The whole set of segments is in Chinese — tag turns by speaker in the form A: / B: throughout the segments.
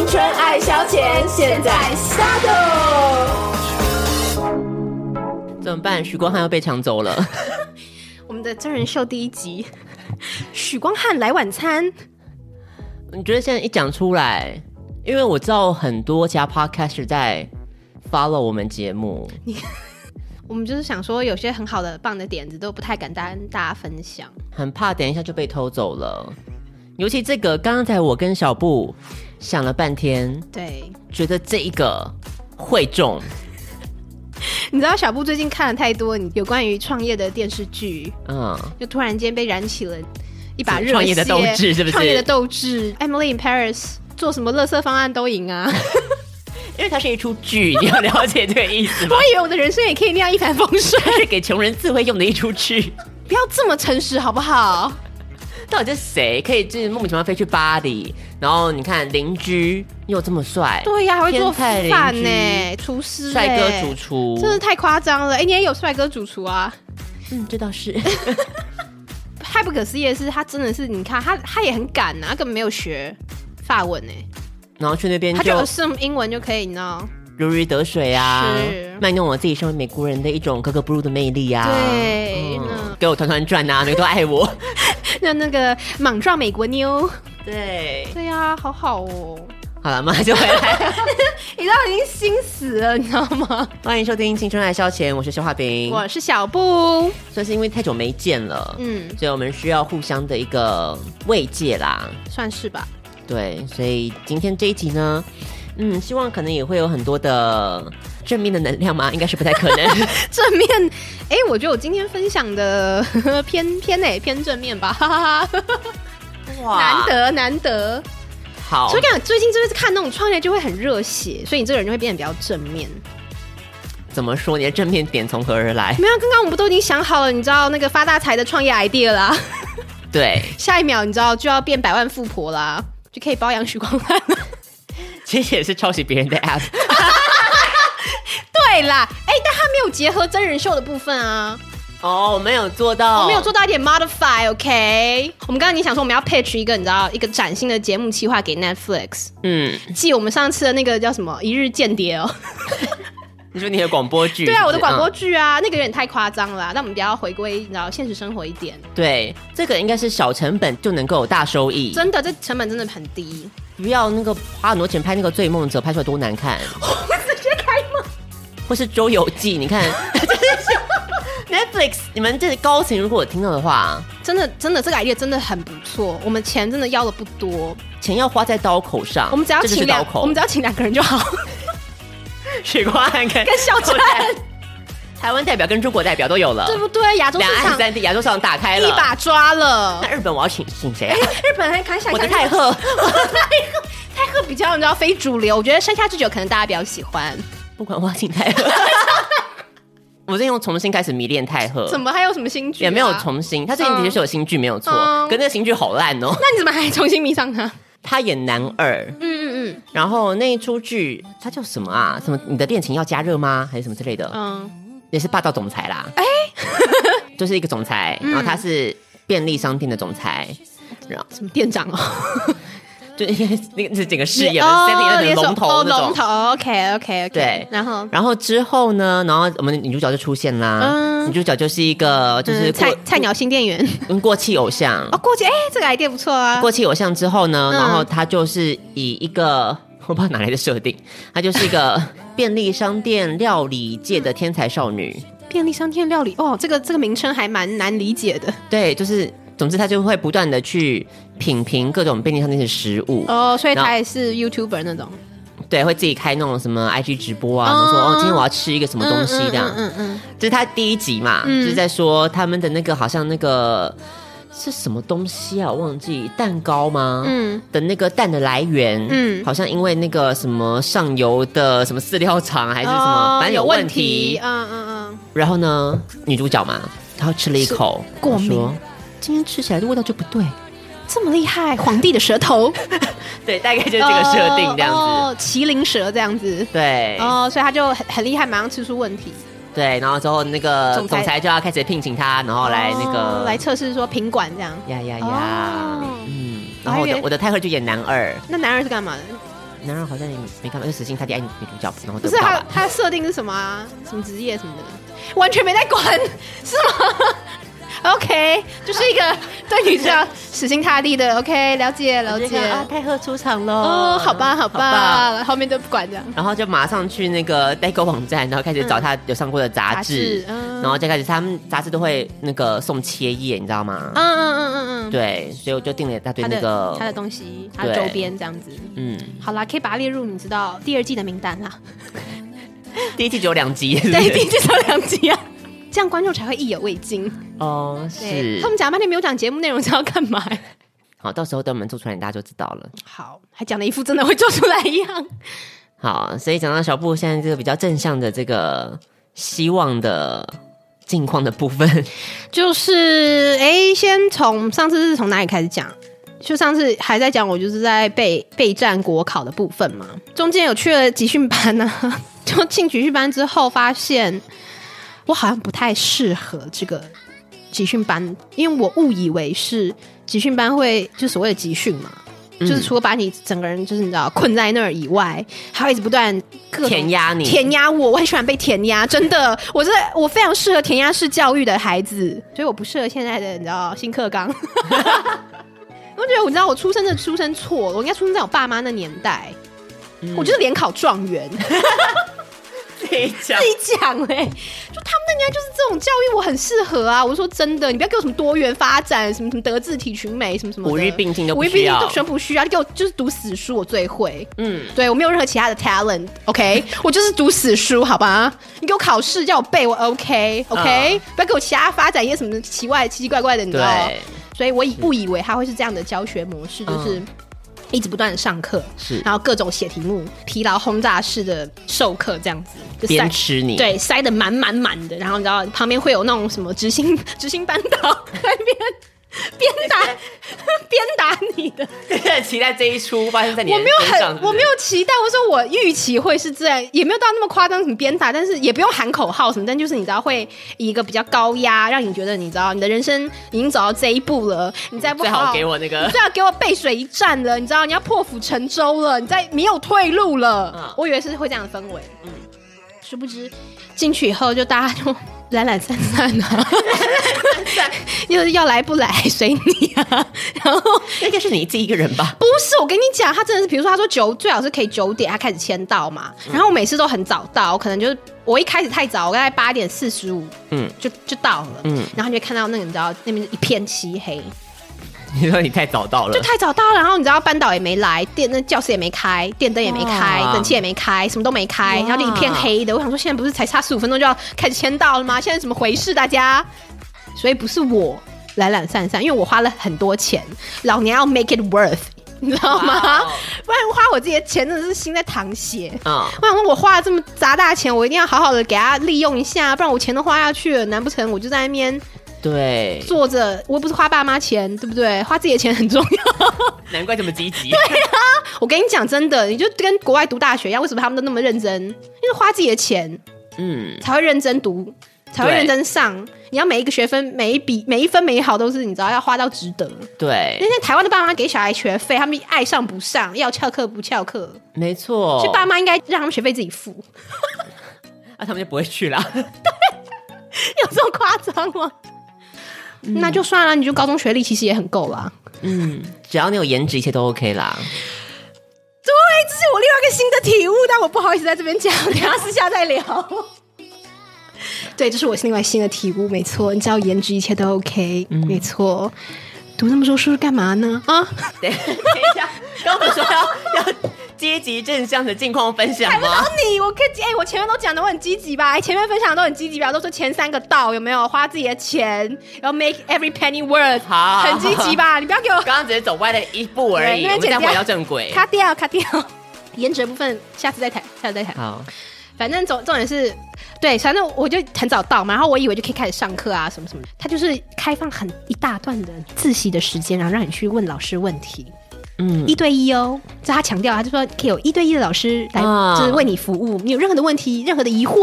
A: 春爱消遣，现在下豆。
B: 怎么办？许光汉又被抢走了。
C: 我们的真人秀第一集，许光汉来晚餐。
B: 你觉得现在一讲出来，因为我知道很多其他 podcaster 在 follow 我们节目，
C: 我们就是想说，有些很好的棒的点子都不太敢跟大家分享，
B: 很怕等一下就被偷走了。尤其这个，刚才我跟小布想了半天，
C: 对，
B: 觉得这一个会中。
C: 你知道小布最近看了太多有关于创业的电视剧，就突然间被燃起了一把热血，
B: 创业的斗志，是不是？
C: 创业的斗志 ，Emily in Paris 做什么垃圾方案都赢啊！
B: 因为它是一出剧，你要了解这个意思吗？
C: 我以为我的人生也可以那样一帆风顺，
B: 它是给穷人自慰用的一出剧。
C: 不要这么诚实好不好？
B: 到底是谁可以就是莫名其妙飞去巴黎？然后你看邻居又这么帅，
C: 对呀，还会做饭呢，厨师，
B: 帅哥主厨，
C: 真的太夸张了。你也有帅哥主厨啊？
B: 这倒是。
C: 太不可思议的是，他真的是你看他也很敢啊，他根本没有学法文呢，
B: 然后去那边
C: 他就用英文就可以，你知道。
B: 如鱼得水啊，卖弄我自己身为美国人的一种格格不入的魅力啊！
C: 对，
B: 给我团团转啊，每个都爱我。
C: 那个莽撞美国妞，
B: 对
C: 呀，好好哦。
B: 好了，马上就回来。
C: 你知道已经心死了，你知道吗？
B: 欢迎收听《青春爱消遣》，我是肖化饼，
C: 我是小布。
B: 算是因为太久没见了，所以我们需要互相的一个慰藉啦，
C: 算是吧。对，
B: 所以今天这一集呢。希望可能也会有很多的正面的能量吗？应该是不太可能。
C: 正面，我觉得我今天分享的偏正面吧，哈哈哈。哇，难得。
B: 好，
C: 所以讲最近就是看那种创业就会很热血，所以你这个人就会变得比较正面。
B: 怎么说？你的正面点从何而来？
C: 没有，刚刚我们都已经想好了，你知道那个发大财的创业 idea 啦。
B: 对，
C: 下一秒你知道就要变百万富婆啦，就可以包养许光汉了。
B: 其实也是抄袭别人的 app。
C: 对啦，但他没有结合真人秀的部分啊。
B: 我没有做到，
C: 我没有做到一点 modify。 OK， 我们刚刚你想说我们要 pitch 一个你知道一个崭新的节目企划给 Netflix， 继我们上次的那个叫什么一日间谍哦。
B: 你说你的广播剧？
C: 对啊，我的广播剧啊，那个有点太夸张了，那我们比较回归你知道现实生活一点。
B: 对，这个应该是小成本就能够有大收益，真
C: 的，这成本真的很低。
B: 不要那个花很多钱拍那个《醉梦者》，拍出来多难看。
C: 我直接开吗？
B: 或是《周游记》，你看Netflix， 你们这高层如果有听到的话，
C: 真的这个 idea 真的很不错。我们钱真的要的不多，
B: 钱要花在刀口上。
C: 我们只要请2个人就好。
B: 许光汉跟
C: 小陈，
B: 台湾代表跟中国代表都有了，
C: 对不对？亚洲市场
B: 两岸三地，亚洲市场打开了，
C: 一把抓了。
B: 那日本我要请谁啊？
C: 日本还看
B: 我的太赫，
C: 太赫比较你知道非主流，我觉得山下智久可能大家比较喜欢。
B: 不管我要请太赫。我最近又重新开始迷恋太赫。
C: 怎么还有什么新剧？
B: 也没有重新，他最近的确是有新剧没有错，可那个新剧好烂哦。
C: 那你怎么还重新迷上他？
B: 他演男二，然后那一出剧他叫什么啊？什么你的恋情要加热吗？还是什么之类的？也是霸道总裁啦。就是一个总裁，然后他是便利商店的总裁，然后
C: 什么店长哦。
B: 就那个是整个事业的 7-Eleven 的龙头那种。
C: 龙头 OK。
B: 对，
C: 然后
B: 之后呢，然后我们女主角就出现啦。女主角就是一个就是
C: 菜鸟新店员，
B: 过气偶像。
C: 过气这个 idea 不错啊。
B: 过气偶像之后呢，然后她就是以一个我不知道哪来的设定，她就是一个便利商店料理界的天才少女。
C: 便利商店料理这个名称还蛮难理解的。
B: 对，就是总之他就会不断的去品评各种便利商店的食物。
C: 所以他也是 YouTuber 那种。
B: 对，会自己开那种什么 IG 直播啊，然后说今天我要吃一个什么东西这样。这是他第一集嘛，就是在说他们的那个好像那个是什么东西啊，我忘记，蛋糕吗？的那个蛋的来源，好像因为那个什么上游的什么饲料厂还是什么，反正有问题。然后呢，女主角嘛，她吃了一口，
C: 过敏，
B: 说今天吃起来的味道就不对。
C: 这么厉害，皇帝的舌头。
B: 对，大概就是这个设定这样子。
C: 麒麟舌这样子。
B: 对。
C: 所以他就很厉害，马上吃出问题。
B: 对，然后之后那个总裁就要开始聘请他，然后来那个
C: 来测试说品管这样。
B: 呀。然后我的太赫就演男二。
C: 那男二是干嘛的？
B: 男二好像也没干嘛，就死心塌地爱女主角，然后
C: 不是他的设定是什么啊？什么职业什么的，完全没在管，是吗？OK， 就是一个对女主角死心塌地的 OK， 了解。
B: 太赫出场了
C: 哦，好吧，后面都不管这样。
B: 然后就马上去那个代购网站，然后开始找他有上过的杂志，然后就开始他们杂志都会那个送切页，你知道吗？对，所以我就订了一大堆那个
C: 他的东西，他的周边这样子。好啦，可以把它列入你知道第2季的名单啦。
B: 第1季只有2集，
C: 对，第1季只有2集啊。这样观众才会意犹未尽
B: 哦。是，
C: 他们讲半天没有讲节目内容是要干嘛？
B: 好，到时候等我们做出来，大家就知道了。
C: 好，还讲的一副真的会做出来一样。
B: 好，所以讲到小布现在这个比较正向的这个希望的近况的部分，就是
C: 先从上次是从哪里开始讲？就上次还在讲我就是在备战国考的部分嘛，中间有去了集训班啊，就进集训班之后发现。我好像不太适合这个集训班，因为我误以为是集训班会就所谓的集训嘛，就是除了把你整个人就是你知道困在那儿以外，还会一直不断
B: 填压你，
C: 填压我很喜欢被填压，真的，我非常适合填压式教育的孩子，所以我不适合现在的你知道新课纲。我觉得你知道我出生错了，我应该出生在我爸妈那年代，我就是联考状元。自己讲就他们那年代就是这种教育，我很适合啊！我说真的，你不要给我什么多元发展，什么德智体群美，什么什么的，
B: 五育并进都不需要，
C: 全不需要。你给我就是读死书，我最会。对我没有任何其他的 talent，OK， 我就是读死书，好吧？你给我考试叫我背，我 OK，不要给我其他发展一些什么奇奇怪怪的，你知道？所以我误以为他会是这样的教学模式，就是一直不断的上课，然后各种写题目，疲劳轰炸式的授课这样子，
B: 边吃你，
C: 对，塞得满的，然后你知道旁边会有那种什么执行班导在那边边打你的，
B: 期待这一出发生在你的身上。
C: 我没有期待，我说我预期会是这样，也没有到那么夸张，什么边打，但是也不用喊口号什么，但就是你知道会以一个比较高压，让你觉得你知道你的人生已经走到这一步了，你再不好
B: 最好给我那个，
C: 你最好给我背水一战了，你知道你要破釜沉舟了，你再没有退路了。我以为是会这样的氛围，殊不知进去以后就大家就懒懒散散啊，就是要来不来随你啊。然后
B: 应该是你自己一个人吧？
C: 不是，我跟你讲，他真的是，比如说他说最好是可以9点，他开始签到嘛。然后我每次都很早到，可能就是我一开始太早，我大概8点45，就到了，然后你就看到那个你知道那边一片漆黑。
B: 你说你太早到了，
C: 就太早到了，然后你知道班导也没来，那教室也没开，电灯也没开，冷气也没开，什么都没开，然后就一片黑的。我想说，现在不是才差15分钟就要开始签到了吗？现在怎么回事？大家，所以不是我懒懒散散，因为我花了很多钱，老娘要 make it worth。你知道吗？不然花我自己的钱真的是心在淌血。我想说，我花了这么砸大钱，我一定要好好的给他利用一下，不然我钱都花下去了，难不成我就在那边
B: 对
C: 坐着？我又不是花爸妈钱，对不对？花自己的钱很重要。
B: 难怪这么积极。
C: 对啊，我跟你讲真的，你就跟国外读大学一样，为什么他们都那么认真？因为花自己的钱，才会认真读，才会认真上。你要每一个学分、每一分每一毫都是你知道要花到值得。对，那些台湾的爸妈给小孩学费，他们爱上不上，要翘课不翘课，
B: 没错。
C: 所以爸妈应该让他们学费自己付。
B: 他们就不会去啦。
C: 对，有这么夸张吗？那就算了，你就高中学历其实也很够啦。
B: 只要你有颜值，一切都 OK 啦。
C: 对，这是我另外一个新的体悟，但我不好意思在这边讲，等一下私下再聊。对，这是我另外新的体悟，没错，你只要颜值，一切都 OK，没错。读那么多书是干嘛呢？
B: 等一下，刚刚说要积极正向的近况分享吗？
C: 还不到你，我可以我前面都讲的我很积极吧？前面分享的都很积极吧？都说前3个到有没有花自己的钱，要 make every penny worth， 好，很积极吧？你不要给我
B: 刚刚只是走歪了一步而已，我们再回到正轨，
C: 卡掉。颜值的部分下次再谈。
B: 好。
C: 反正重点是，对，反正我就很早到嘛，然后我以为就可以开始上课啊，什么什么的。他就是开放一大段的自习的时间，然后让你去问老师问题，1对1哦。这他强调，他就说可以有1对1的老师来，就是为你服务。你有任何的问题、任何的疑惑，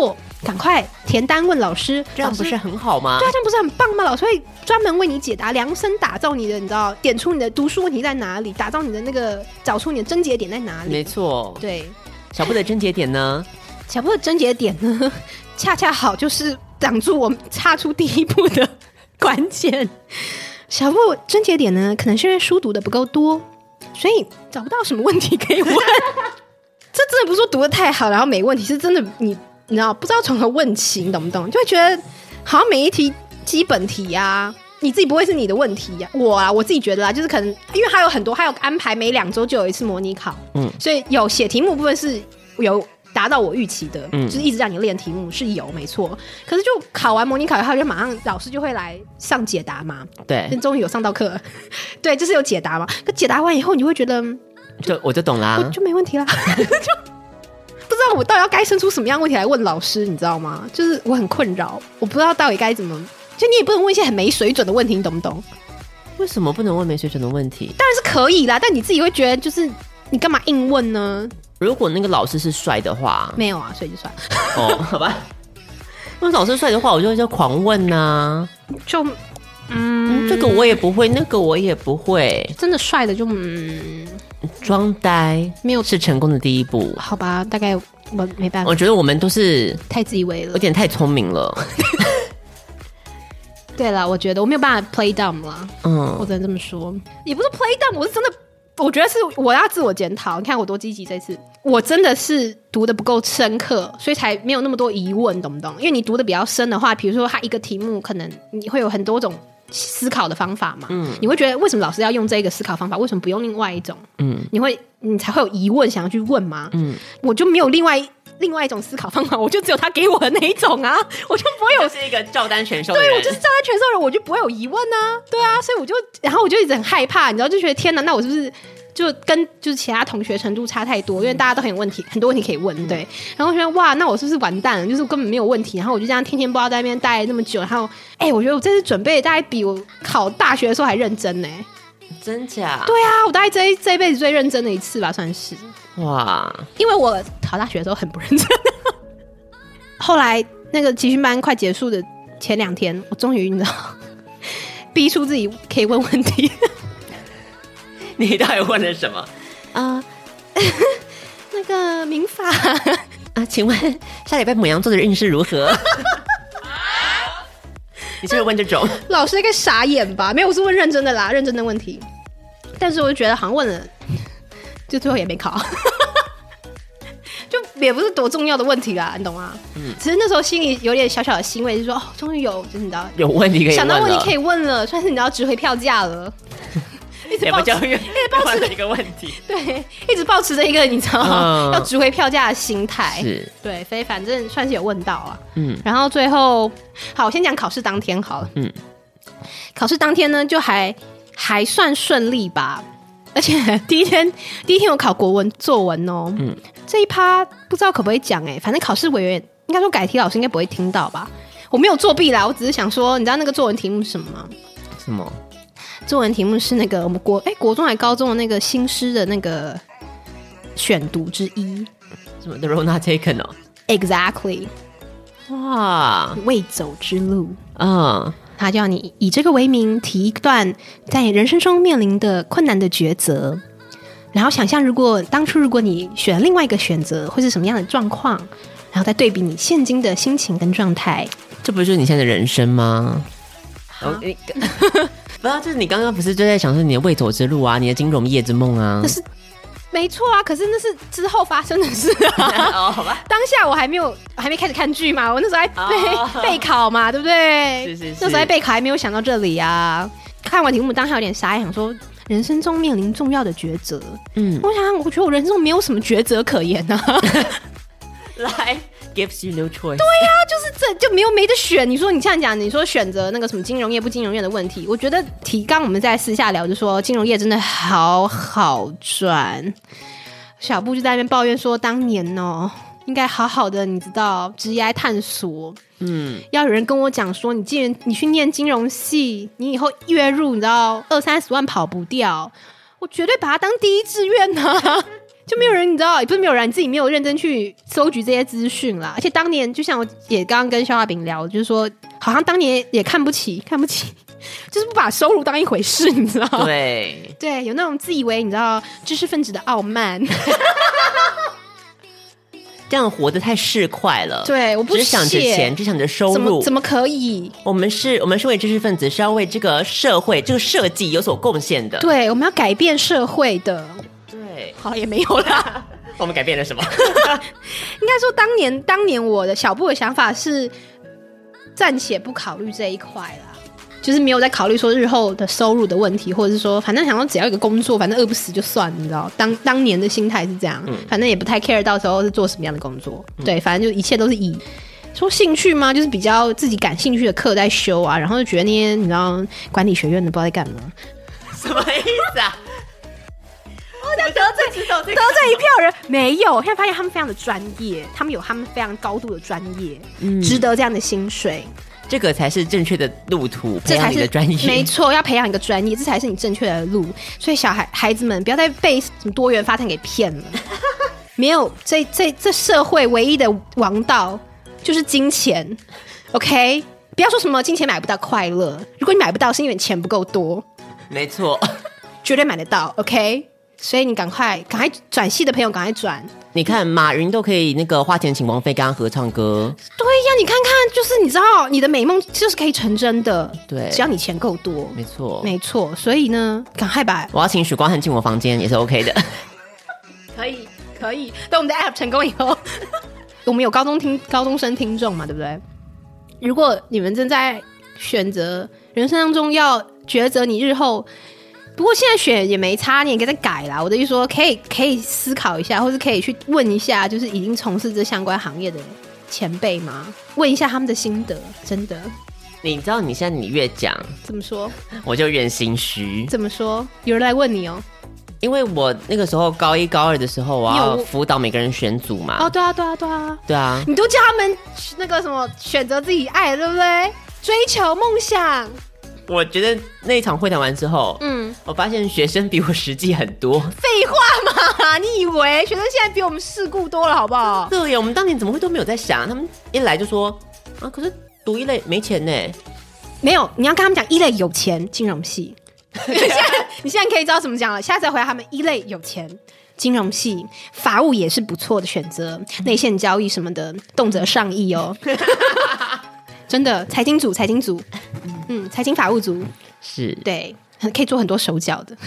C: 赶快填单问老师，
B: 这样不是很好吗？
C: 对啊，这样不是很棒吗？老师会专门为你解答，量身打造你的，你知道，点出你的读书问题在哪里，打造你的那个，找出你的症结点在哪里。
B: 没错，
C: 对。
B: 小布的症结点呢？
C: 小布的症结点呢，恰恰好就是挡住我踏出第一步的关键。小布症结点呢，可能是因为书读的不够多，所以找不到什么问题可以问。这真的不是说读的太好然后没问题，是真的你知道不知道从何问起，你懂不懂？就会觉得好像每一题基本题啊，你自己不会是你的问题呀、我自己觉得啦，就是可能因为还有很多，还有安排每2周就有一次模拟考，所以有写题目部分是有达到我预期的，就是一直让你练题目是有没错，可是就考完模拟考以后，就马上老师就会来上解答嘛，
B: 对，
C: 终于有上到课，对，就是有解答嘛。可解答完以后，你就会觉得，
B: 我就懂啦，
C: 我就没问题啦，就不知道我到底要该生出什么样问题来问老师，你知道吗？就是我很困扰，我不知道到底该怎么，就你也不能问一些很没水准的问题，你懂不懂？
B: 为什么不能问没水准的问题？
C: 当然是可以啦，但你自己会觉得，就是你干嘛硬问呢？
B: 如果那个老师是帅的话，
C: 没有啊，所以就算了。
B: 哦，好吧。如果老师帅的话，我就狂问啊，
C: 就
B: 这个我也不会，那个我也不会。
C: 真的帅的就
B: 装呆
C: 没有
B: 是成功的第一步。
C: 好吧，大概我没办法。
B: 我觉得我们都是
C: 太自以为了，
B: 有点太聪明了。
C: 对啦，我觉得我没有办法 play dumb 啦。我只能这么说，也不是 play dumb，我是真的。我觉得是我要自我检讨，你看我多积极这次，我真的是读的不够深刻，所以才没有那么多疑问，懂不懂？因为你读的比较深的话，比如说它一个题目，可能你会有很多种思考的方法嘛，你会觉得为什么老师要用这个思考方法，为什么不用另外一种？你才会有疑问想要去问嘛。我就没有另外一种思考方法，我就只有他给我的那一种啊，我就不会有，
B: 就是一个照单全收的人。
C: 对，我就是照单全收的人，我就不会有疑问啊，对啊，所以然后我就一直很害怕，你知道，就觉得天哪，那我是不是就跟就是其他同学程度差太多？因为大家都很有问题，很多问题可以问，对。然后我觉得哇，那我是不是完蛋了？就是根本没有问题，然后我就这样天天不知道在那边待那么久，然后我觉得我这次准备大概比我考大学的时候还认真呢。
B: 真假？
C: 对啊，我大概这一辈子最认真的一次吧，算是。
B: 哇！
C: 因为我考大学的时候很不认真，后来那个集训班快结束的前2天，我终于你知道逼出自己可以问问题。
B: 你到底问了什么？
C: 那个民法
B: 请问下礼拜牡羊座的运势如何？你是不是问这种？
C: 老师应该傻眼吧？没有，我是问认真的啦，认真的问题。但是我就觉得好像问了，就最后也没考，就也不是多重要的问题啦，你懂吗？只是那时候心里有点小小的欣慰，就是说终于有，就是你知道
B: 有问题可以问了，
C: 想到问题可以问了，算是你知道值回票价了。一直抱持
B: 一个问题，
C: 对，一直抱持着一个你知道要值回票价的心态，
B: 是
C: 对，所以反正算是有问到啊。然后最后好，我先讲考试当天好了。考试当天呢，就还算顺利吧，而且第一天有考国文作文哦。这一趴不知道可不可以讲反正考试委员应该说改题老师应该不会听到吧。我没有作弊啦，我只是想说，你知道那个作文题目是什么吗？
B: 什么？
C: 作文题目是那个我们国中还高中的那个新诗的那个选读之一，
B: 什么 The Road Not Taken 哦
C: ，Exactly，
B: 哇，
C: 未走之路，他叫你以这个为名提一段在人生中面临的困难的抉择，然后想象当初如果你选另外一个选择会是什么样的状况，然后再对比你现今的心情跟状态，
B: 这不就是你现在的人生吗？不是，就是你刚刚不是就在想说你的未走之路啊，你的金融业之梦啊？可是
C: 没错啊，可是那是之后发生的事啊。好吧，当下我还没开始看剧嘛，我那时候还备考嘛，对不对？是。那时候还备考，还没有想到这里啊。看完题目当下有点傻眼，想说人生中面临重要的抉择。我觉得我人生中没有什么抉择可言啊。
B: 来。Gives you no choice。
C: 对啊，就是这就没得选。你说你这样讲，你说选择那个什么金融业不金融业的问题，我觉得刚我们在私下聊就说金融业真的好好赚。小布就在那边抱怨说，当年应该好好的，你知道职业探索。要有人跟我讲说，你既然你去念金融系，你以后月入你知道20-30万跑不掉，我绝对把它当第一志愿啊。就没有人，你知道，也不是没有人，你自己没有认真去搜集这些资讯啦。而且当年就像我也刚刚跟肖亚饼聊，就是说好像当年也看不起，就是不把收入当一回事，你知道吗？
B: 对，
C: 有那种自以为你知道知识分子的傲慢。
B: 这样活得太市侩了。
C: 对，我不
B: 只想着钱，只想着收入，
C: 怎么可以？
B: 我们是为知识分子，是要为这个社会这个设计有所贡献的。
C: 对，我们要改变社会的。
B: 对，
C: 好，也没有啦。
B: 我们改变了什么？
C: 应该说当年我的小布的想法是暂且不考虑这一块啦。就是没有在考虑说日后的收入的问题，或者是说反正想要只要一个工作，反正饿不死就算，你知道当年的心态是这样，反正也不太 care 到时候是做什么样的工作，对，反正就一切都是以说兴趣嘛，就是比较自己感兴趣的课在修啊，然后就觉得那些你知道管理学院的不知道在干嘛，
B: 什么意思啊？
C: 得罪一票人没有，现在发现他们非常的专业，他们有他们非常高度的专业，值得这样的薪水。
B: 这个才是正确的路途，培养你的专业。
C: 没错，要培养一个专业，这才是你正确的路。所以孩子们不要再被什么多元发展给骗了。没有，这社会唯一的王道就是金钱。OK， 不要说什么金钱买不到快乐，如果你买不到，是因为你钱不够多。
B: 没错，
C: 绝对买得到。OK， 所以你赶快转系的朋友赶快转。
B: 你看马云都可以那个花钱请王菲跟他合唱歌。
C: 对呀，你看看，就是你知道你的美梦就是可以成真的。
B: 对，
C: 只要你钱够多。
B: 没错。
C: 所以呢，赶快把
B: 我要请许光汉进我房间也是 OK 的。
C: 可以。等我们的 app 成功以后，我们有高中生听众嘛，对不对？如果你们正在选择人生当中要抉择你日后。不过现在选也没差，你也可以再改啦。我的意思说，可以思考一下，或是可以去问一下，就是已经从事这相关行业的前辈吗？问一下他们的心得，真的。
B: 你知道，你现在你越讲，
C: 怎么说？
B: 我就越心虚。
C: 怎么说？有人来问你哦。
B: 因为我那个时候高1高2的时候，我要辅导每个人选组嘛。
C: 哦，对啊，你都叫他们那个什么选择自己爱的，对不对？追求梦想。
B: 我觉得那一场会谈完之后，我发现学生比我实际很多。
C: 废话嘛，你以为学生现在比我们世故多了，好不好？
B: 对呀，我们当年怎么会都没有在想？他们一来就说啊，可是读一类没钱呢。
C: 没有，你要跟他们讲一类有钱，金融系。你现在可以知道怎么讲了。下次再回答他们一类有钱，金融系，法务也是不错的选择，内线交易什么的，动辄上亿哦。真的，财经组，财经法务组
B: 是
C: 对，可以做很多手脚的。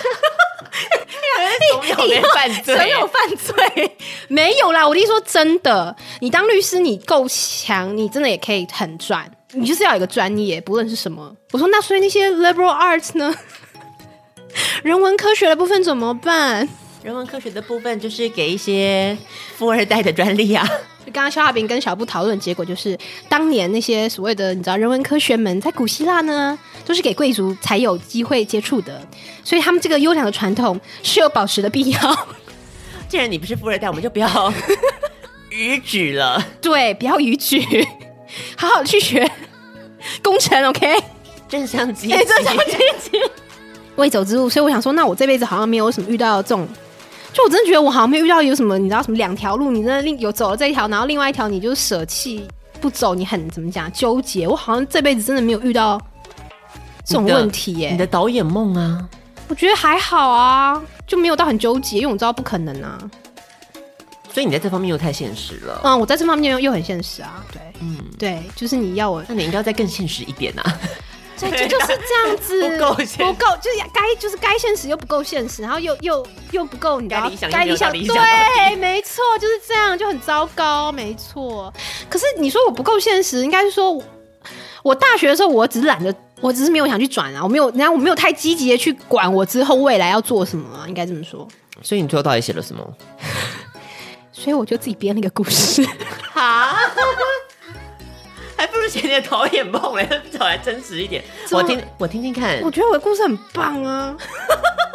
B: 总有犯罪，
C: 总有犯罪，没有啦。我的意思说，真的，你当律师，你够强，你真的也可以很赚。你就是要有一个专业，不论是什么。我说，那所以那些 liberal arts 呢？人文科学的部分怎么办？
B: 人文科学的部分就是给一些富二代的专利啊。
C: 刚刚肖亚饼跟小布讨论的结果就是，当年那些所谓的你知道人文科学们在古希腊呢，都是给贵族才有机会接触的，所以他们这个优良的传统是有保持的必要。
B: 既然你不是富二代，我们就不要逾矩了。
C: 对，不要逾矩，好好去学工程 ，OK？
B: 正向积极，
C: 正向积极，未走之路。所以我想说，那我这辈子好像没有什么遇到这种。就我真的觉得我好像没有遇到有什么，你知道什么2条路，你真的有走了这一条，然后另外一条你就舍弃不走，你很怎么讲纠结。我好像这辈子真的没有遇到这种问题耶。
B: 你的导演梦啊，
C: 我觉得还好啊，就没有到很纠结，因为我知道不可能啊。
B: 所以你在这方面又太现实了。
C: 我在这方面又很现实啊。对，对，就是你要我，
B: 那你应该要再更现实一点啊。
C: 对，就是这样子，
B: 不够，
C: 就是该现实又不够现实，然后又不够，你知道
B: 该理想，
C: 对，没错，就是这样，就很糟糕，没错。可是你说我不够现实，应该是说我大学的时候，我只是懒得，我只是没有想去转啊，我没有太积极的去管我之后未来要做什么啊，应该这么说。
B: 所以你最后到底写了什么？
C: 所以我就自己编了一个故事。
B: 哈。还不如写你的导演梦嘞，至少还真实一点。我听听看。
C: 我觉得我的故事很棒啊！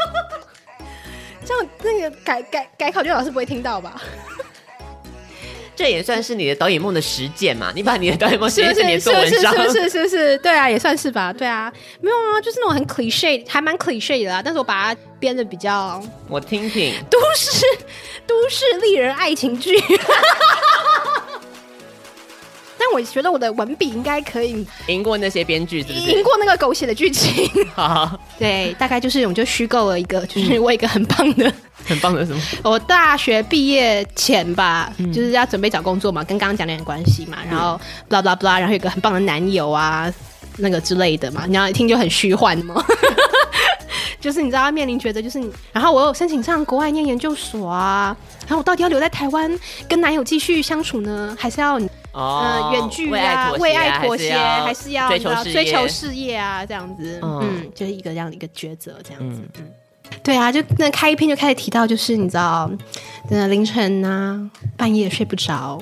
C: 这样那个改考卷老师不会听到吧？
B: 这也算是你的导演梦的实践嘛？你把你的导演梦实践在你的作文上，
C: 是，对啊，也算是吧，对啊，没有啊，就是那种很 cliché， 还蛮 cliché 的啦，但是我把它编的比较，
B: 我听听，
C: 都市丽人爱情剧。但我觉得我的文笔应该可以
B: 赢过那些编剧，是不是？
C: 赢过那个狗血的剧情。
B: 好，
C: 对，大概就是我们就虚构了一个，就是我一个很棒的
B: 什么？
C: 我大学毕业前吧，就是要准备找工作嘛，跟刚刚讲的有点关系嘛，然后 blah blah blah， 然后有一个很棒的男友啊，那个之类的嘛，然后一听就很虚幻嘛。就是你知道要面临觉得就是你，然后我有申请上国外念研究所啊，然后我到底要留在台湾跟男友继续相处呢，还是要远距啊，为爱妥协，还是要追求事业啊，这样子，就是一个这样的一个抉择，这样子，对啊，就那开一篇就开始提到，就是你知道，凌晨啊，半夜睡不着，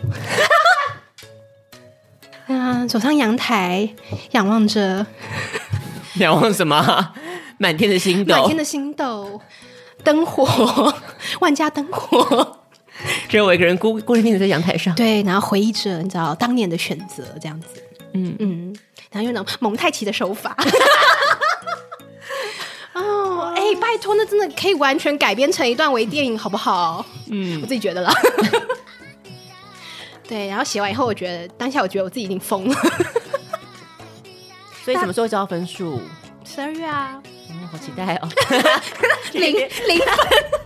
C: 走上阳台，仰望着，
B: 仰望什么？满天的星斗，
C: 满天的星斗，灯火，万家灯火。
B: 只有我一个人孤零零的在阳台上，
C: 对，然后回忆着你知道当年的选择，这样子，然后用那种蒙太奇的手法，拜托，那真的可以完全改编成一段微电影，好不好？我自己觉得啦。对，然后写完以后，当下我觉得我自己已经疯了。
B: 所以什么时候交分数
C: ？12月啊。
B: 好期待哦。
C: 0分。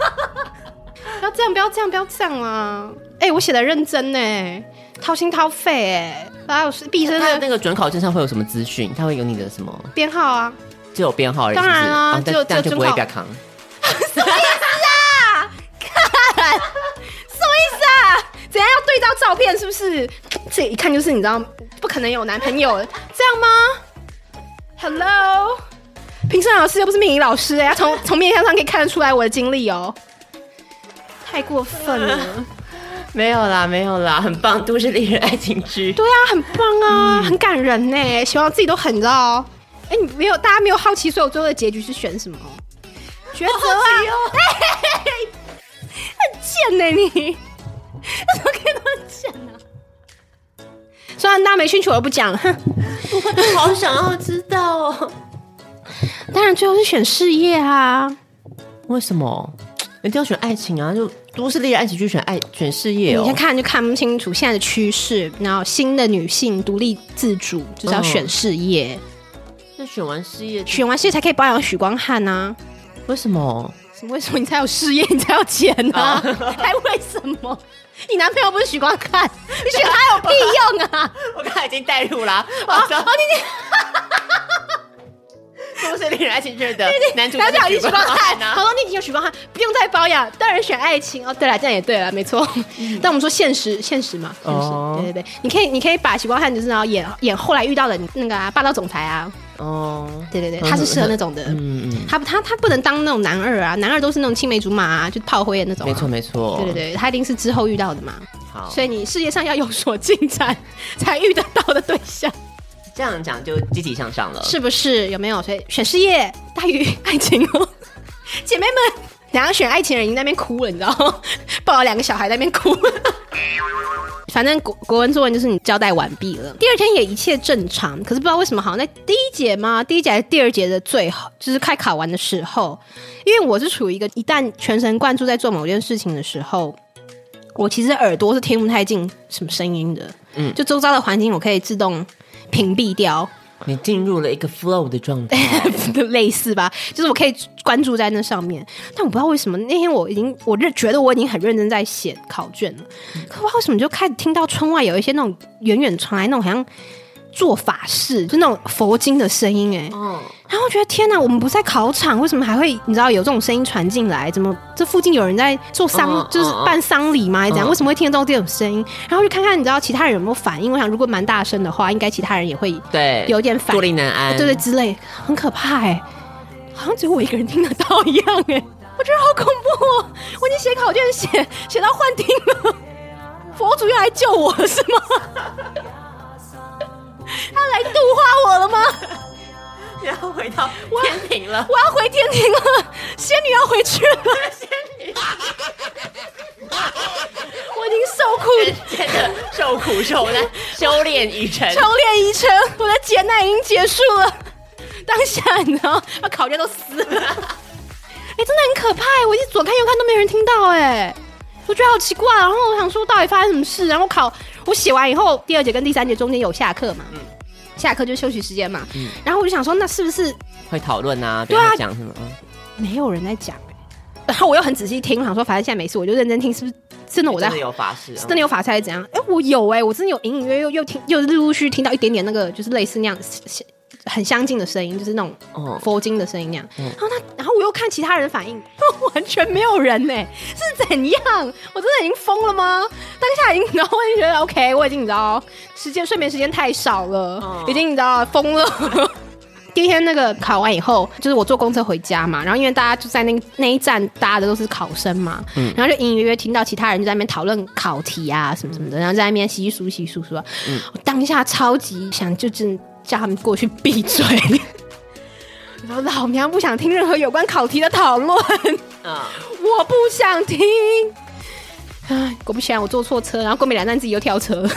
C: 不要这样啊！我写的认真呢，掏心掏肺还有毕生的
B: 那个准考证上会有什么资讯？它会有你的什么
C: 编号啊？
B: 只有编号而已，
C: 当然啊，
B: 这样就不会被扛。
C: 什么意思啊？看，什么意思啊？怎样要对照照片？是不是？这一看就是你知道，不可能有男朋友这样吗 ？Hello， 评审老师又不是命理老师呀，从面相上可以看得出来我的经历哦。太过分了。
B: 没有啦，很棒，都市丽人爱情剧。
C: 对啊，很棒啊，很感人呢。希望自己都很知道。大家没有好奇，所以我最后的结局是选什么？抉择啊！很贱呢你，怎么可以那么贱呢？虽然大家没兴趣，我都不讲了。
B: 我好想要知道哦。
C: 当然，最后是选事业啊。
B: 为什么？一定要选爱情啊！就都市丽人爱情剧选事业哦。
C: 你先看就看不清楚现在的趋势，然后新的女性独立自主就是要选事业。
B: 那选完事业
C: 才可以保养许光汉啊？
B: 为什么？
C: 为什么你才有事业，你才有钱啊？还为什么？你男朋友不是许光汉，你选他有屁用啊？
B: 我刚才已经带入啦。都市丽人爱情剧的男主角许光汉啊，
C: 好，你已经有许光汉，不用再保养，当然选爱情哦。对了，这样也对了，没错。但我们说现实嘛，对，你可以把许光汉就是然后演后来遇到的那个霸道总裁啊。对，他是适合那种的。他不能当那种男二啊，男二都是那种青梅竹马啊，就炮灰的那种。
B: 没错。
C: 对，他一定是之后遇到的嘛。
B: 好，
C: 所以你事业上要有所进展，才遇得到的对象。
B: 这样讲就积极向上了，
C: 是不是？有没有？所以选事业大于爱情哦，姐妹们，等下选爱情的人已经在那边哭了，你知道吗？抱了2个小孩在那边哭。反正国文作文就是你交代完毕了，第二天也一切正常。可是不知道为什么，好像在第一节还是第二节的最后，就是快考完的时候，因为我是处于一个一旦全神贯注在做某件事情的时候，我其实耳朵是听不太进什么声音的，就周遭的环境我可以自动屏蔽掉。
B: 你进入了一个 flow 的状态，
C: 类似吧，就是我可以关注在那上面。但我不知道为什么那天我觉得我已经很认真在写考卷了，可不知道为什么就开始听到窗外有一些那种远远传来那种好像做法事，就那种佛经的声音然后我觉得天哪，我们不是在考场，为什么还会你知道有这种声音传进来？怎么这附近有人在做就是办丧礼吗？还是怎样？为什么会听得到这种声音？然后就看看你知道其他人有没有反应。我想如果蛮大声的话，应该其他人也会有点反应，
B: 坐立难安，
C: 对之类，很可怕好像只有我一个人听得到一样我觉得好恐怖我已经写考卷写到幻听了，佛祖要来救我了是吗？他来度化我了吗？
B: 你要回到天庭了，
C: 我要回天庭了，仙女要回去了，仙女，我已经受苦
B: 真的受苦受难，修炼已成，
C: 我的劫难已经结束了。当下你知道，把考卷都撕了，真的很可怕。我一直左看右看都没人听到，我觉得好奇怪。然后我想说，到底发生什么事？然后我写完以后，第2节跟第3节中间有下课嘛，下课就是休息时间嘛，然后我就想说，那是不是
B: 会讨论啊？对啊，讲什么？
C: 没有人在讲。然后我又很仔细听，我想说，反正现在没事，我就认真听，是不是真的我在
B: 真的有法事？
C: 真的有法事还是怎样？我有我真的有隐隐约约又陆陆续听到一点点那个，就是类似那样很相近的声音，就是那种佛经的声音那样。然后我又看其他人反应，完全没有人是怎样？我真的已经疯了吗？当下已经，然后我就觉得 OK， 我已经你知道睡眠时间太少了，已经你知道疯了。第一天那个考完以后，就是我坐公车回家嘛，然后因为大家就在那一站搭的都是考生嘛，然后就隐隐约约听到其他人就在那边讨论考题啊什么什么的，然后在那边稀疏说，我当下超级想就是叫他们过去闭嘴。然后老娘不想听任何有关考题的讨论，我不想听。果不其然我坐错车，然后过没2站自己又跳车。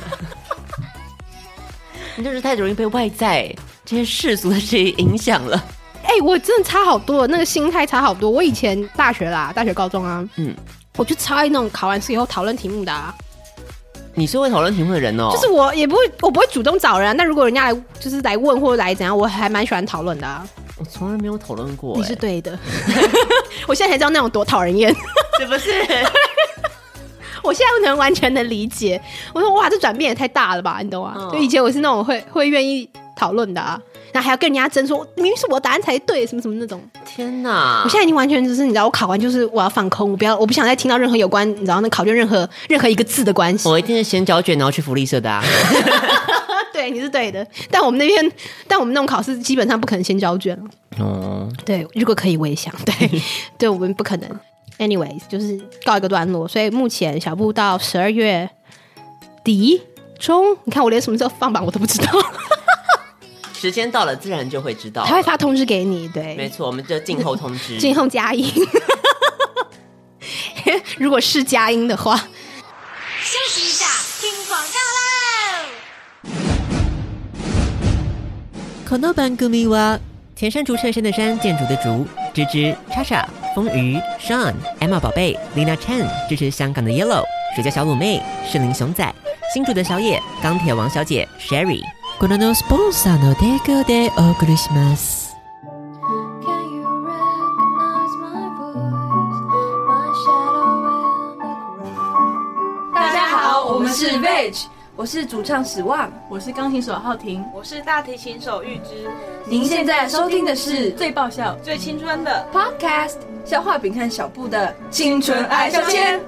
B: 你就是太容易被外在这些世俗的事情影响了。
C: 我真的差好多了，那个心态差好多。我以前大学高中啊，我就超爱那种考完试以后讨论题目的啊。
B: 你是会讨论题目的人哦？
C: 就是我不会主动找人，但如果人家来问或者来怎样，我还蛮喜欢讨论的啊。
B: 我从来没有讨论过。
C: 你是对的。我现在才知道那种多讨人厌，
B: 是不是？
C: 我现在完全能理解。我说哇，这转变也太大了吧，你懂吗？就以前我是那种会愿意讨论的啊，然后还要跟人家争说明明是我答案才对，什么什么那种。
B: 天哪！
C: 我现在已经完全就是你知道，我考完就是我要放空，我不想再听到任何有关你知道那考卷任何一个字的关系。
B: 我一定是先交卷然后去福利社的啊。
C: 对，你是对的。但我们那种考试基本上不可能先交卷了。对，如果可以我也想。对，我们不可能。Anyways， 就是告一个段落，所以目前小布到12月底中，你看我连什么时候放榜我都不知道。
B: 时间到了，自然就会知道。
C: 他会发通知给你，对，
B: 没错，我们就静候通知，
C: 静候佳音。如果是佳音的话，
A: 休息一下，听广告喽。
B: この番組は田山竹衬衫的山，建筑的竹，芝芝、莎莎、风鱼、Sean、Emma 宝贝、Lina Chen 支持香港的 Yellow、水家小卤妹、士林熊仔、新竹的小野、钢铁王小姐 Sherry。このスポンサーの提供でお送りします。
A: 大家好，我们是 Veg，
D: 我是主唱史旺，
E: 我是钢琴手浩庭，
F: 我是大提琴手玉芝。
D: 您现在收听的是
E: 最爆笑、
F: 最青春的
D: Podcast 消化饼和小布的青春爱消遣。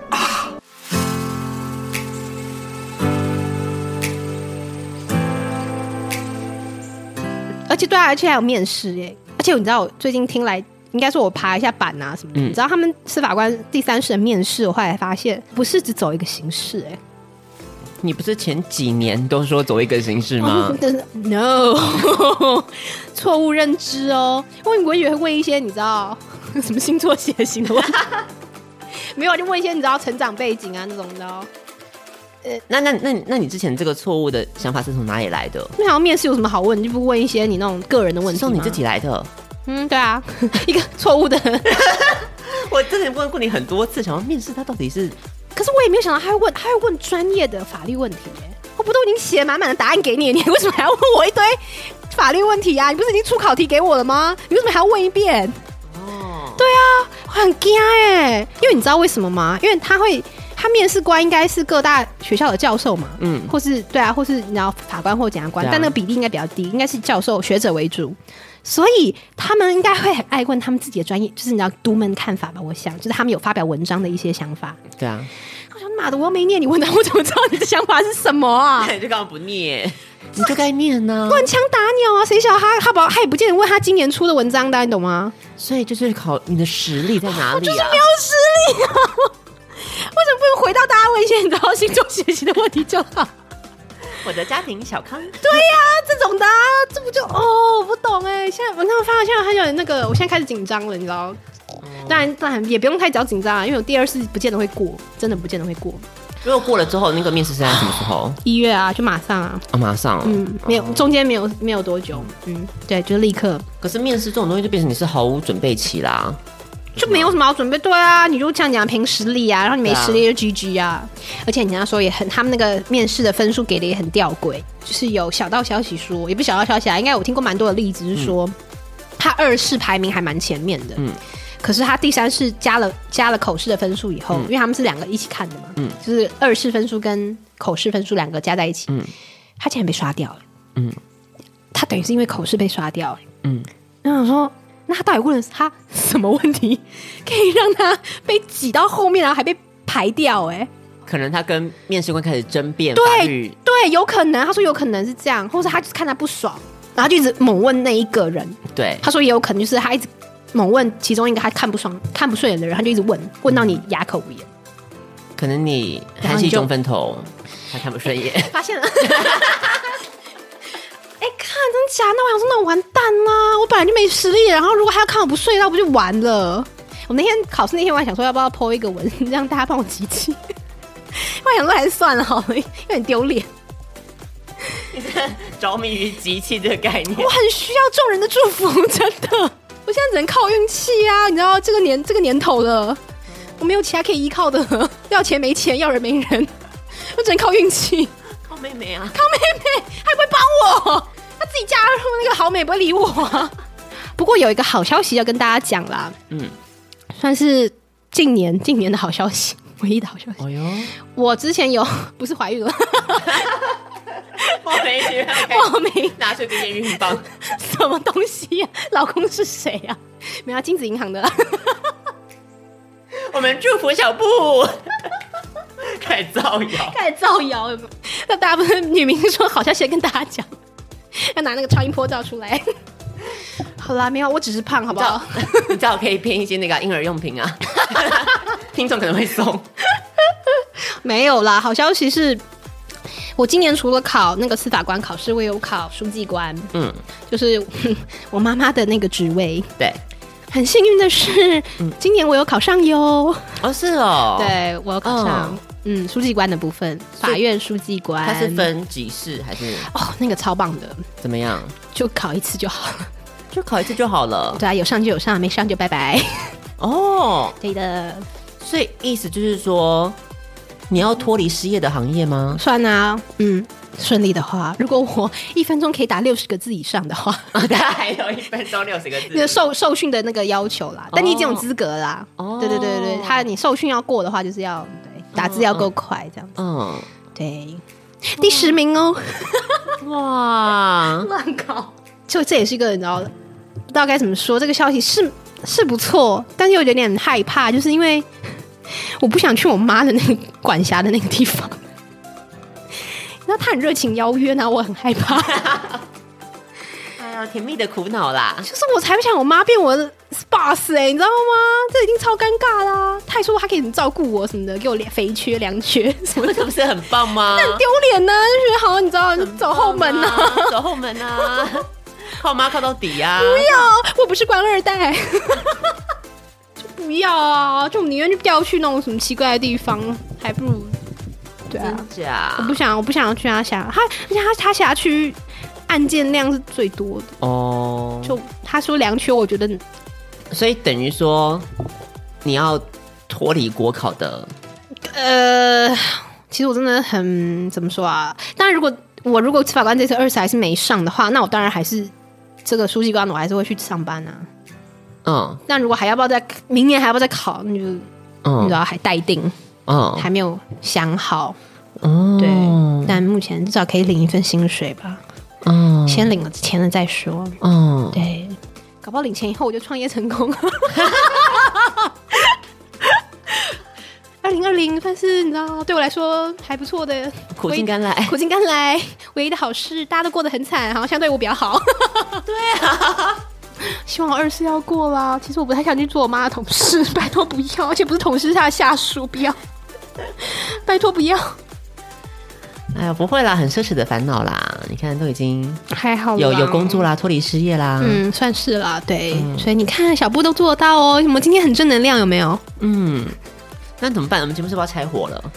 C: 而且还有面试耶！而且你知道，我最近听来，应该说我爬一下板啊什么的，你知道他们司法官第3试的面试，我后来发现不是只走一个形式哎。
B: 你不是前几年都说走一个形式吗
C: ？No， 错误认知哦。我以为会问一些你知道什么星座血型的问题，没有就问一些你知道成长背景啊那种的。
B: 那你之前这个错误的想法是从哪里来的？
C: 那好像面试有什么好问？你就不问一些你那种个人的问题吗？
B: 是你自己来的？
C: 对啊，一个错误的。
B: 我之前问过你很多次，想要面试他到底是。
C: 可是我也没有想到他会问专业的法律问题耶！我不都已经写满满的答案给你，你为什么还要问我一堆法律问题啊？你不是已经出考题给我了吗？你为什么还要问一遍？对啊，我很惊哎！因为你知道为什么吗？因为他面试官应该是各大学校的教授嘛，或是对啊，或是你知道法官或检察官，但那个比例应该比较低，应该是教授学者为主，所以他们应该会很爱问他们自己的专业，就是你知道独门看法吧？我想，就是他们有发表文章的一些想法。
B: 对啊，
C: 我想妈的，我又没念，你问他，我怎么知道你的想法是什么啊？
B: 你就干嘛不念？你就该念啊！
C: 乱枪打鸟啊！谁晓得他也不见得问他今年出的文章的，你懂吗？
B: 所以就是考你的实力在哪里啊？
C: 我就是没有实力啊！为什么不能回到大家问一些你知道星座学习的问题就好？
B: 我的家庭小康。对
C: 呀，这种的啊，这不就我不懂哎。现在我发现现在有那个，我现在开始紧张了，你知道？当然也不用太早紧张啊，因为我第2次不见得会过，真的不见得会过。
B: 如果过了之后，那个面试是在什么时候
C: ？1月啊，就马上啊。
B: 马上。
C: 没有，中间没有多久。对，就立刻。
B: 可是面试这种东西就变成你是毫无准备期啦。
C: 就没有什么好准备，对啊，你就这样讲凭实力啊，然后你没实力就 GG 啊。而且你跟他说也很，他们那个面试的分数给的也很吊诡，就是有小道消息说，也不是小道消息啊，应该我听过蛮多的例子，是说他2试排名还蛮前面的，可是他第3试加了口试的分数以后，因为他们是2个一起看的嘛，就是2试分数跟口试分数2个加在一起，他竟然被刷掉了，他等于是因为口试被刷掉了，然后我说。那他到底问了他什么问题，可以让他被挤到后面，然后还被排掉？
B: 可能他跟面试官开始争辩法律，
C: 对，有可能。他说有可能是这样，或者他就是看他不爽，然后就一直猛问那一个人。
B: 对，
C: 他说也有可能就是他一直猛问其中一个他看不顺眼的人，他就一直问到你哑口无言。
B: 可能你韩系中分头，他看不顺眼，
C: 发现了。看真假？那我想说，那我完蛋啦！我本来就没实力，然后如果还要看我不睡，那我不就完了？我那天考试那天，我还想说要不要 po 一个文，让大家帮我集气。我想说还是算了好了，有点丢脸。
B: 你在着迷于集气这个概念，
C: 我很需要众人的祝福，真的。我现在只能靠运气啊！你知道这个年头了，我没有其他可以依靠的，要钱没钱，要人没人，我只能靠运气。
B: 靠妹妹啊！
C: 靠妹妹，还不会帮我。他自己加入那个好美不会理我啊。不过有一个好消息要跟大家讲啦，算是近年的好消息，唯一的好消息。哦哟，我之前有不是怀孕了，
B: 报名拿出个验孕棒，
C: 什么东西啊？老公是谁啊？没有，金子银行的啦。
B: 我们祝福小布。开始造谣，
C: 那大家不是女明星说好消息跟大家讲。要拿那个超音波照出来。好啦，没有，我只是胖，好不好？
B: 你知道我可以编一些那个婴儿用品啊，听众可能会送。
C: 没有啦，好消息是，我今年除了考那个司法官考试，我有考书记官，就是我妈妈的那个职位。
B: 对，
C: 很幸运的是，今年我有考上哟。
B: 哦，是哦，
C: 对我有考上。书记官的部分，法院书记官，
B: 它是分几试还是？
C: 那个超棒的。
B: 怎么样？
C: 就考一次就好了。
B: 就考一次就好了。
C: 对啊，有上就有上，没上就拜拜。
B: 哦，
C: 对的。
B: 所以意思就是说，你要脱离失业的行业吗？
C: 算啊，顺利的话，如果我1分钟可以打60个字以上的话，
B: 大概还有1分钟60个字。
C: 那受训的那个要求啦，但你已经有资格啦。对，你受训要过的话，就是要打字要够快，这样子。对，第10名哦。
B: 哇，
C: 乱搞！就这也是一个你知道，不知道该怎么说，这个消息是不错，但是又有点害怕，就是因为我不想去我妈的那个管辖的那个地方。然后他很热情邀约，然后我很害怕。
B: 哎呀，甜蜜的苦恼啦！
C: 就是我才不想我妈变我的 boss 你知道吗？这已经超尴尬啦！他还说他可以怎么照顾我什么的，给我肥缺、凉缺什么的，
B: 这不是很棒吗？
C: 那很丢脸呢，就觉得好，你知道，走后门啊，
B: 走后门啊，靠妈靠到底啊！
C: 不要，我不是官2代。就不要啊！就宁愿就调去那种什么奇怪的地方，还不如。对啊，
B: 真假？
C: 我不想要去他辖，而且他辖区案件量是最多的哦。就他说良缺，我觉得，
B: 所以等于说你要脱离国考的。
C: 其实我真的很怎么说啊？当然，如果司法官这次2次还是没上的话，那我当然还是这个书记官，我还是会去上班啊。那如果还要不要明年还要不要再考，那就你知道还待定。还没有想好。对，但目前至少可以领一份薪水吧。先领了钱了再说。对，搞不好领钱以后我就创业成功。2020算是你知道对我来说还不错的，
B: 苦尽甘
C: 来，唯一的好事，大家都过得很惨，好像相对我比较好。
B: 对啊。
C: 希望我2次要过啦。其实我不太想去做我妈的同事，拜托不要，而且不是同事，是她的下属，不要，拜托不要。
B: 哎呀，不会啦，很奢侈的烦恼啦。你看，都已经
C: 还好了，
B: 有工作啦，脱离失业啦，
C: 算是啦，对。所以你看，小布都做得到哦。我们今天很正能量，有没有？
B: 那怎么办？我们节目是不是要拆伙了？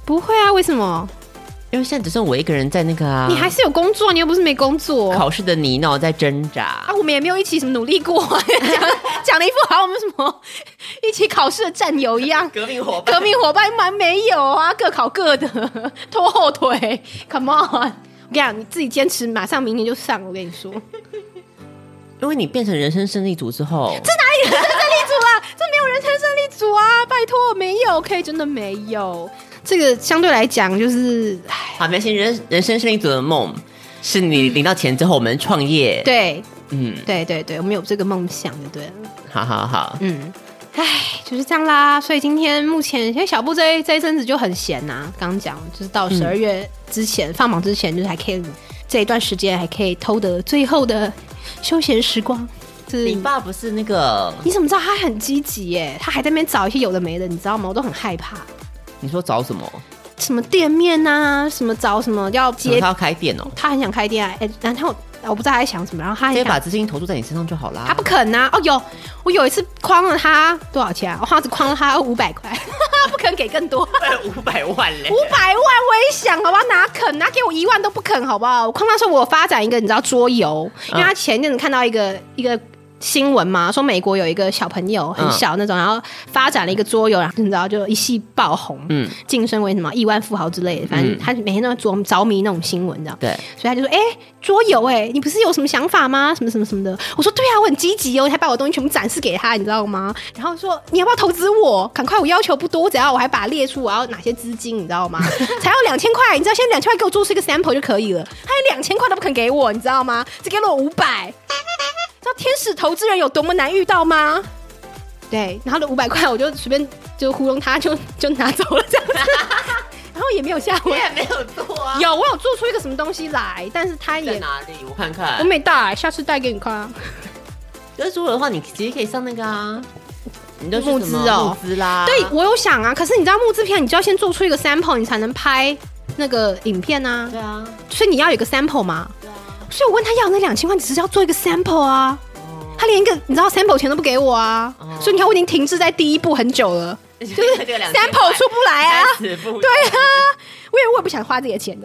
C: 不会啊，为什么？
B: 因为现在只剩我一个人在那个啊，
C: 你还是有工作，你又不是没工作。
B: 考试的泥淖在挣扎
C: 啊，我们也没有一起什么努力过，讲了一副好像我们什么一起考试的战友一样，
B: 革命伙
C: 伴蛮没有啊，各考各的，拖后腿 ，Come on！ 我跟你讲，你自己坚持，马上明年就上。我跟你说，
B: 因为你变成人生胜利组之后，
C: 这哪里人生胜利组啊？这没有人生胜利组啊！拜托，没有 ，OK， 真的没有。这个相对来讲就是，
B: 好，没关系。人生胜利组的梦是你领到钱之后，我们创业。
C: 对，对，我们有这个梦想，就对了。
B: 好，
C: 就是这样啦。所以今天目前，因为小布这一阵子就很闲呐、刚刚讲就是到12月之前、放榜之前，就是还可以这一段时间还可以偷得最后的休闲时光。
B: 你爸不是那个？
C: 你怎么知道他很积极耶？他还在那边找一些有的没的，你知道吗？我都很害怕。
B: 你说找什么？
C: 什么店面啊？什么找什么要接？
B: 他要开店哦。
C: 他很想开店啊，然后我不知道他在想什么，然后他很想
B: 直接把资金投注在你身上就好啦。
C: 他不肯啊！我有一次诓了他多少钱啊？我好像只诓了他500块，不肯给更多。
B: 500万嘞！500
C: 万我也想，好不好？哪肯？拿给我1万都不肯，好不好？我诓他说我发展一个你知道桌游，因为他前阵子看到一个新闻嘛，说美国有一个小朋友很小那种，然后发展了一个桌游，然后你知道就一夕爆红，晋升为什么亿万富豪之类的，反正他每天都在着迷那种新闻，这样。对，所以他就说：“桌游你不是有什么想法吗？什么什么什么的。”我说：“对啊，我很积极哦，还把我东西全部展示给他，你知道吗？”然后说：“你要不要投资我？赶快，我要求不多，只要我还把它列出我要哪些资金，你知道吗？才要2000块，你知道现在2000块给我做出一个 sample 就可以了，他连2000块都不肯给我，你知道吗？只给了我500。”知道天使投资人有多么难遇到吗？对，然后的500块我就随便就糊弄他，就拿走了这样子，然后也没有下文，
B: 也没有做啊。
C: 有，我有做出一个什么东西来，但是他也
B: 在哪里？我看看，
C: 我没带，下次带给你看啊。
B: 可是如果的话，你其实可以上那个啊，你就
C: 募资哦，
B: 募资啦。
C: 对，我有想啊，可是你知道募资片，你就要先做出一个 sample， 你才能拍那个影片啊。
B: 对啊，
C: 所以你要有一个 sample 嘛。所以我问他要那2000块，你只是要做一个 sample 啊，他连一个你知道 sample 钱都不给我啊，所以你看我已经停滞在第一步很久了，就是 sample 出不来啊，对啊，我也不想花这些钱的，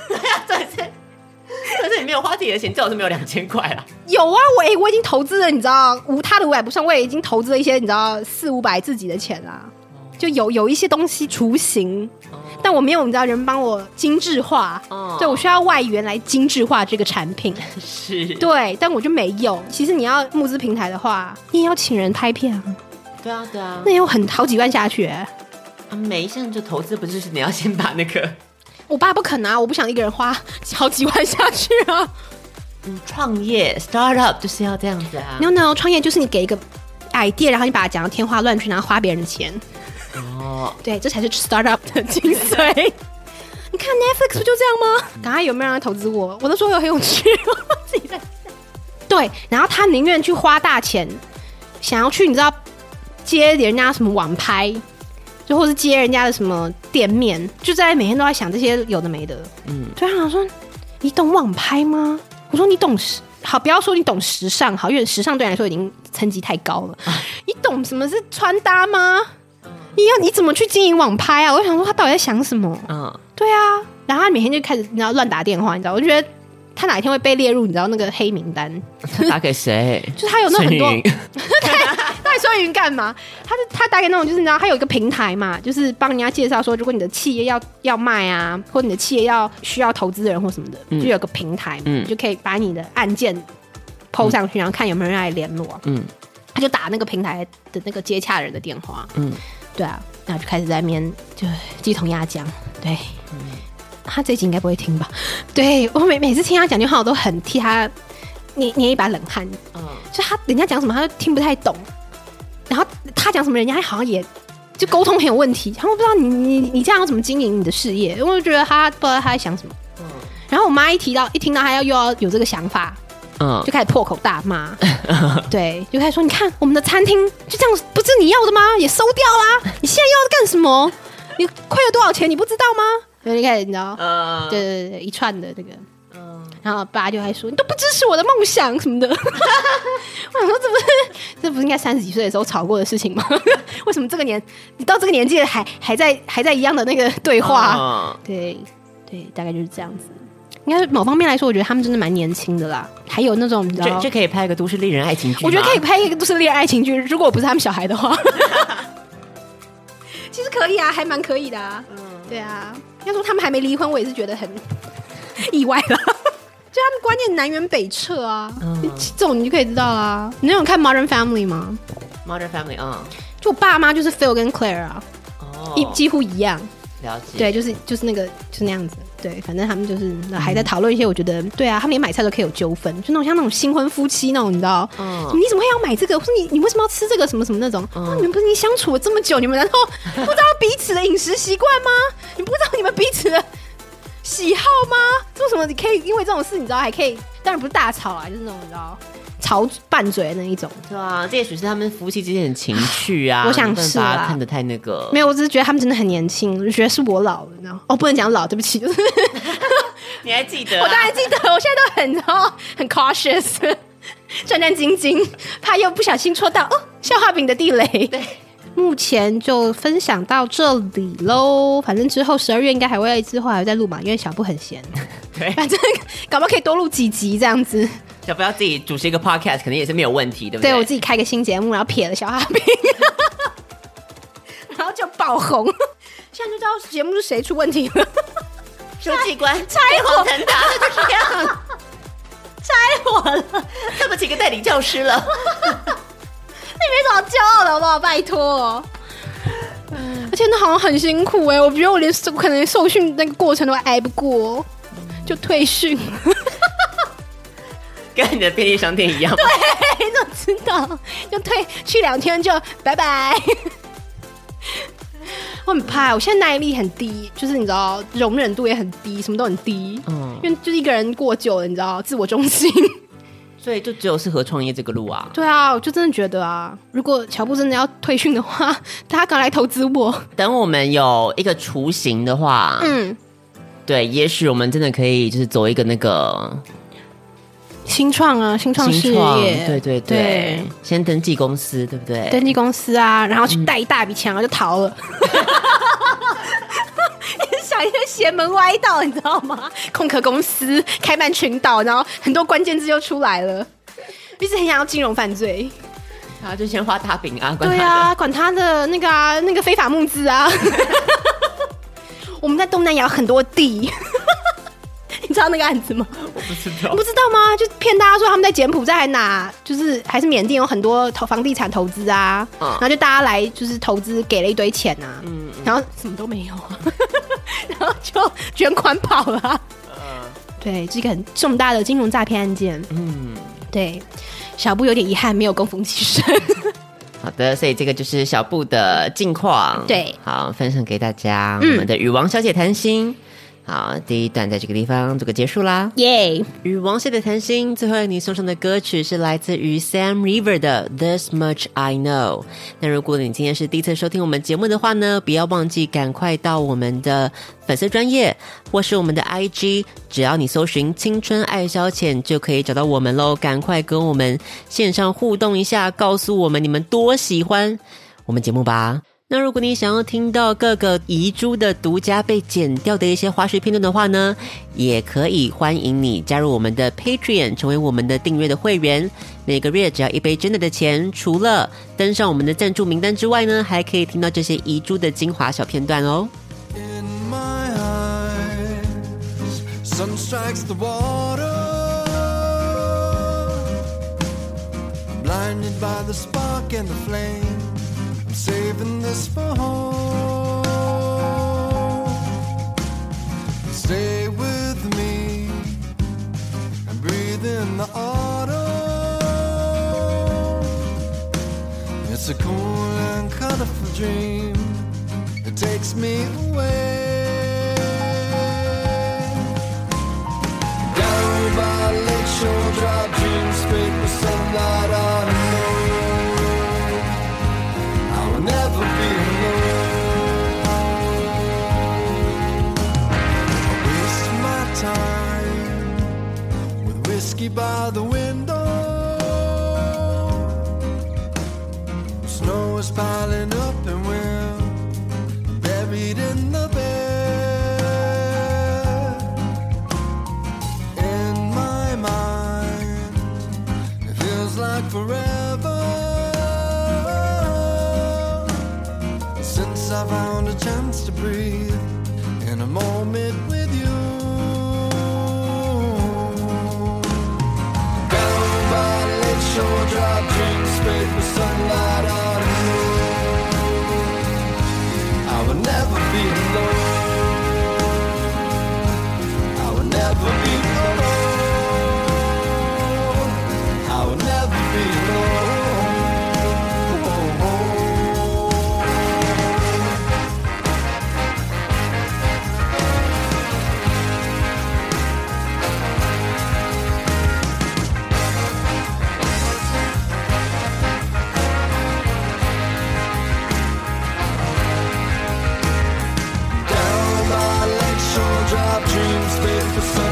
B: 可是你没有花自己的钱，最好是没有2000块啦。
C: 有啊，我已经投资了，你知道，他的500不算，我也已经投资了一些你知道400-500自己的钱啦，就有一些东西雏形。但我没有，你知道，人帮我精致化，对，我需要外援来精致化这个产品，
B: 是，
C: 对，但我就没有。其实你要募资平台的话，你也要请人拍片啊，
B: 对啊，
C: 那也有好几万下去
B: 每一项就投资，不就是你要先把那个？
C: 我爸不肯啊，我不想一个人花好几万下去啊。
B: 创业 startup 就是要这样子啊。
C: No， 创业就是你给一个 idea， 然后你把它讲到天花乱坠，然后花别人的钱。对，这才是 startup 的精髓。你看 Netflix 不就这样吗？赶快有没有人来投资我？我的桌游很有趣，我自己在想。对，然后他宁愿去花大钱，想要去你知道接人家什么网拍，就或是接人家的什么店面，就在每天都在想这些有的没的。所以他想说，你懂网拍吗？我说你懂好，不要说你懂时尚好，因为时尚对你来说已经层级太高了。你懂什么是穿搭吗？你怎么去经营网拍啊？我就想说他到底在想什么？对啊，然后他每天就开始你知道乱打电话，你知道，我就觉得他哪一天会被列入你知道那个黑名单？
B: 打给谁？
C: 就是他有那很多，他说云干嘛？他打给那种就是你知道他有一个平台嘛，就是帮人家介绍说，如果你的企业要卖啊，或者你的企业需要投资人或什么的，就有个平台，你就可以把你的案件 po 上去，然后看有没有人来联络。他就打那个平台的那个接洽人的电话。对啊，然后就开始在那边就鸡同鸭讲。对，他这集应该不会听吧？对，我每次听他讲电话，我都很替他捏一把冷汗。就人家讲什么，他都听不太懂。然后他讲什么，人家好像也就沟通很有问题。他们不知道你这样要怎么经营你的事业，我就觉得他不知道他在想什么。然后我妈一听到他又要有这个想法。就开始破口大骂，对，就开始说：“你看我们的餐厅就这样，不是你要的吗？也收掉啦！你现在又要干什么？你亏了多少钱？你不知道吗？”所以就开始你知道，对，一串的这个， 然后爸就还说你都不支持我的梦想什么的。我想说这不是应该30几岁的时候吵过的事情吗？为什么你到这个年纪还在一样的那个对话？对，大概就是这样子。应该是某方面来说，我觉得他们真的蛮年轻的啦。还有那种你知道，
B: 这可以拍一个都市丽人爱情剧。
C: 我觉得可以拍一个都市丽人爱情剧，如果我不是他们小孩的话。其实可以啊，还蛮可以的啊。对啊，要说他们还没离婚，我也是觉得很意外了。就他们观念南辕北辙啊，这种你就可以知道啊。你那种看 Modern Family 吗
B: ？Modern Family，
C: 就我爸妈就是 Phil 跟 Claire 啊，几乎一样。
B: 了解。
C: 对，就是那个就是那样子。对，反正他们就是还在讨论一些，我觉得对啊，他们连买菜都可以有纠纷，就那种像那种新婚夫妻那种，你知道？你怎么会要买这个？或是你为什么要吃这个？什么什么那种？你们不是已经相处了这么久，你们难道不知道彼此的饮食习惯吗？你不知道你们彼此的喜好吗？为什么你可以因为这种事，你知道还可以？当然不是大吵啊，就是那种你知道。吵拌嘴的那一种，
B: 对啊，这也许是他们夫妻之间的情趣啊。
C: 我想是啊，
B: 看得太那个，
C: 没有，我只是觉得他们真的很年轻，我就觉得是我老了，你知道？不能讲老，对不起，就是
B: 你还记得？
C: 我当然记得，我现在都很 cautious， 战战兢兢，怕又不小心戳到消化饼的地雷。对，目前就分享到这里喽。反正之后12月应该还会之后还会再录嘛，因为小布很闲。对，反正搞不好可以多录几集这样子。
B: 小布要自己主持一个 podcast， 肯定也是没有问题，对不对？
C: 对，我自己开个新节目，然后撇了小哈饼，然后就爆红。现在就知道节目是谁出问题了。
B: 书记官
C: 拆伙
B: 腾达，就是这样，
C: 拆伙了，
B: 对不起，个代理教师了。
C: 你没什么骄傲的好不好？拜托。而且那好像很辛苦我觉得我可能连受训那个过程都挨不过，就退训。
B: 跟你的便利商店一样。
C: 对，你怎么知道？就去2天就拜拜。我很怕，我现在耐力很低，就是你知道，容忍度也很低，什么都很低。因为就是一个人过久了，你知道，自我中心。
B: 所以就只有适合创业这个路啊。
C: 对啊，我就真的觉得啊，如果乔布真的要退训的话，大家赶来投资我。
B: 等我们有一个雏形的话，对，也许我们真的可以就是走一个那个
C: 新创事业，
B: 对，先登记公司，对不对？
C: 登记公司啊，然后去带一大笔钱，然后就逃了。想一些邪门歪道，你知道吗？空壳公司开办群岛，然后很多关键字就出来了。一直很想要金融犯罪，
B: 然后就先画大饼啊，
C: 对啊，管他的那个非法募资啊。我们在东南亚有很多地。你知道那个案子吗？
B: 我不知道。
C: 你不知道吗？就骗大家说他们在柬埔寨还是缅甸有很多房地产投资啊，然后就大家来就是投资，给了一堆钱啊，然后什么都没有啊，然后就卷款跑了啊。对，这是一个很重大的金融诈骗案件。对，小布有点遗憾没有供逢其盛。
B: 好的，所以这个就是小布的近况。
C: 对，
B: 好，分享给大家。我们的与王小姐谈心。好，第一段在这个地方做个结束啦，
C: 耶！
B: 与王小姐谈心，最后为你送上的歌曲是来自于 Sam River 的 This Much I Know。那如果你今天是第一次收听我们节目的话呢，不要忘记赶快到我们的粉丝专页或是我们的 IG， 只要你搜寻青春爱消遣就可以找到我们咯，赶快跟我们线上互动一下，告诉我们你们多喜欢我们节目吧。那如果你想要听到各个遗珠的独家被剪掉的一些花絮片段的话呢，也可以欢迎你加入我们的 Patreon， 成为我们的订阅的会员。每个月只要1杯真的钱，除了登上我们的赞助名单之外呢，还可以听到这些遗珠的精华小片段哦。In my eyes, sun strikes the water, blinded by the spark and the flame.Saving this for home. Stay with me and breathe in the autumn. It's a cool and colorful dream that takes me away. Down by Lake Shore Drive, dreams fade with sunlight on a moon.Never be alone. I waste my time
E: by the window. Snow is piling up and we're buried in the bed. In my mind, it feels like forever since I found a chance to breathe in a moment with you. Down by Lake Shore Drive, dreams fade with sunlight on the moon. I will never be alone. I will never be alone. I will never be alone. Drive dreams fade for sun.